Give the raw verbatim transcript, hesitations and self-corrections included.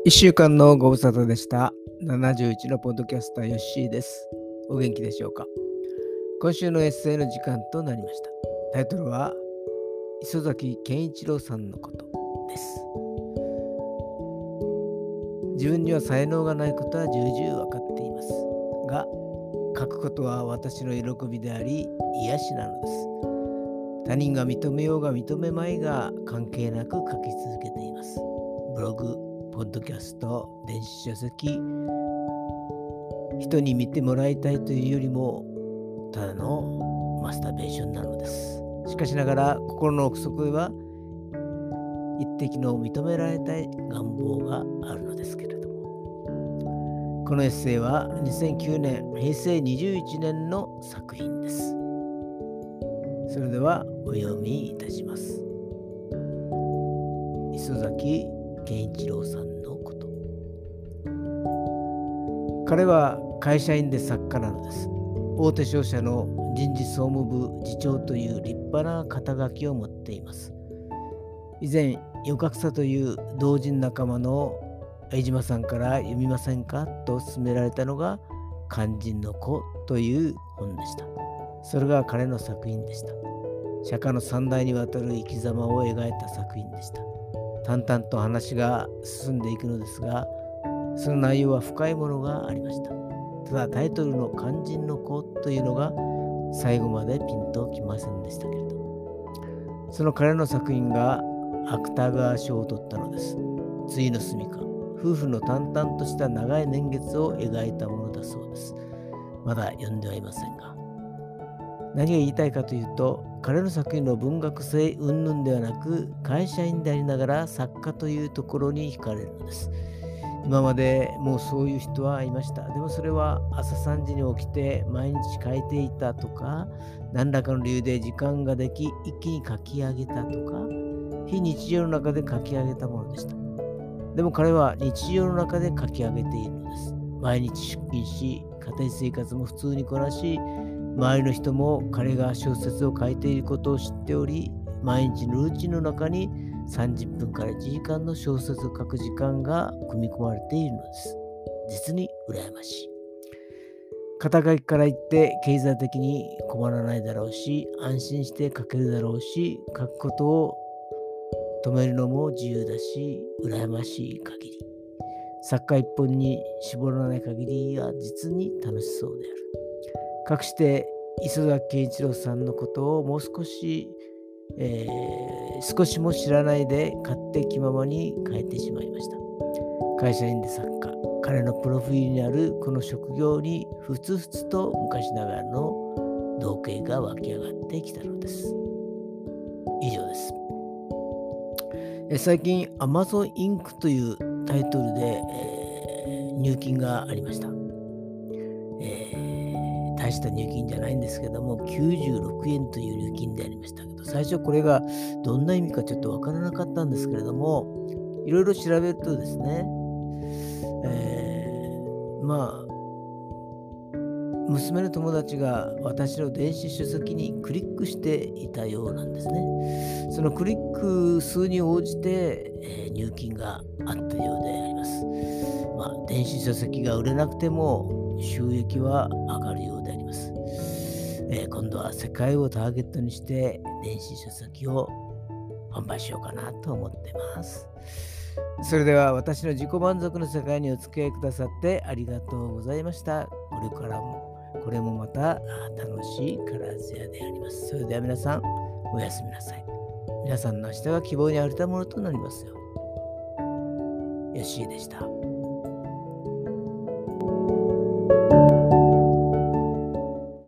いっしゅうかんのご無沙汰でした。ななじゅういちのポッドキャスターヨッシーです。お元気でしょうか。今週のエッセイの時間となりました。タイトルは磯崎健一郎さんのことです。自分には才能がないことは重々分かっていますが、書くことは私の喜びであり癒しなのです。他人が認めようが認めまいが関係なく書き続けています。ブログ、ポッドキャスト、電子書籍、人に見てもらいたいというよりもただのマスターベーションなのです。しかしながら心の奥底では一滴の認められたい願望があるのですけれども、このエッセイはにせんきゅうねんへいせいにじゅういちねんの作品です。それではお読みいたします。磯崎健一郎さんのこと。彼は会社員で作家なのです。大手商社の人事総務部次長という立派な肩書きを持っています。以前、よかくさという同人仲間の江島さんから読みませんかと勧められたのが肝心の子という本でした。それが彼の作品でした。釈迦の三代にわたる生き様を描いた作品でした。淡々と話が進んでいくのですが、その内容は深いものがありました。ただタイトルの肝心の子というのが最後までピンときませんでしたけれど、その彼の作品が芥川賞を取ったのです。つの住処、夫婦の淡々とした長い年月を描いたものだそうです。まだ読んではいませんが、何が言いたいかというと、彼の作品の文学性云々ではなく、会社員でありながら作家というところに惹かれるのです。今までもうそういう人はいました。でもそれは朝さんじに起きて毎日書いていたとか、何らかの理由で時間ができ一気に書き上げたとか、非日常の中で書き上げたものでした。でも彼は日常の中で書き上げているのです。毎日出勤し、家庭生活も普通にこなし、周りの人も彼が小説を書いていることを知っており、毎日のルーチンの中にさんじゅっぷんからいちじかんの小説を書く時間が組み込まれているのです。実に羨ましい。肩書きから言って経済的に困らないだろうし、安心して書けるだろうし、書くことを止めるのも自由だし、羨ましい限り。作家一本に絞らない限りは実に楽しそうである。かくして磯崎健一郎さんのことをもう少し、えー、少しも知らないで勝手気ままに書いてしまいました。会社員で作家、彼のプロフィールにあるこの職業にふつふつと昔ながらの同型が湧き上がってきたのです。以上です。え最近 Amazon インクというタイトルで、えー、入金がありました。えー大した入金じゃないんですけども、きゅうじゅうろくえんという入金でありましたけど、最初これがどんな意味かちょっとわからなかったんですけれども、いろいろ調べるとですね、えー、まあ娘の友達が私の電子書籍にクリックしていたようなんですね。そのクリック数に応じて、えー、入金があったようであります。まあ、電子書籍が売れなくても収益は上がるようであります。えー、今度は世界をターゲットにして電子書籍を販売しようかなと思っています。それでは私の自己満足の世界にお付き合いくださってありがとうございました。これからもこれもまた楽しいカラーズヤであります。それでは皆さんおやすみなさい。皆さんの明日が希望にあふれたものとなりますように。よっしーでした。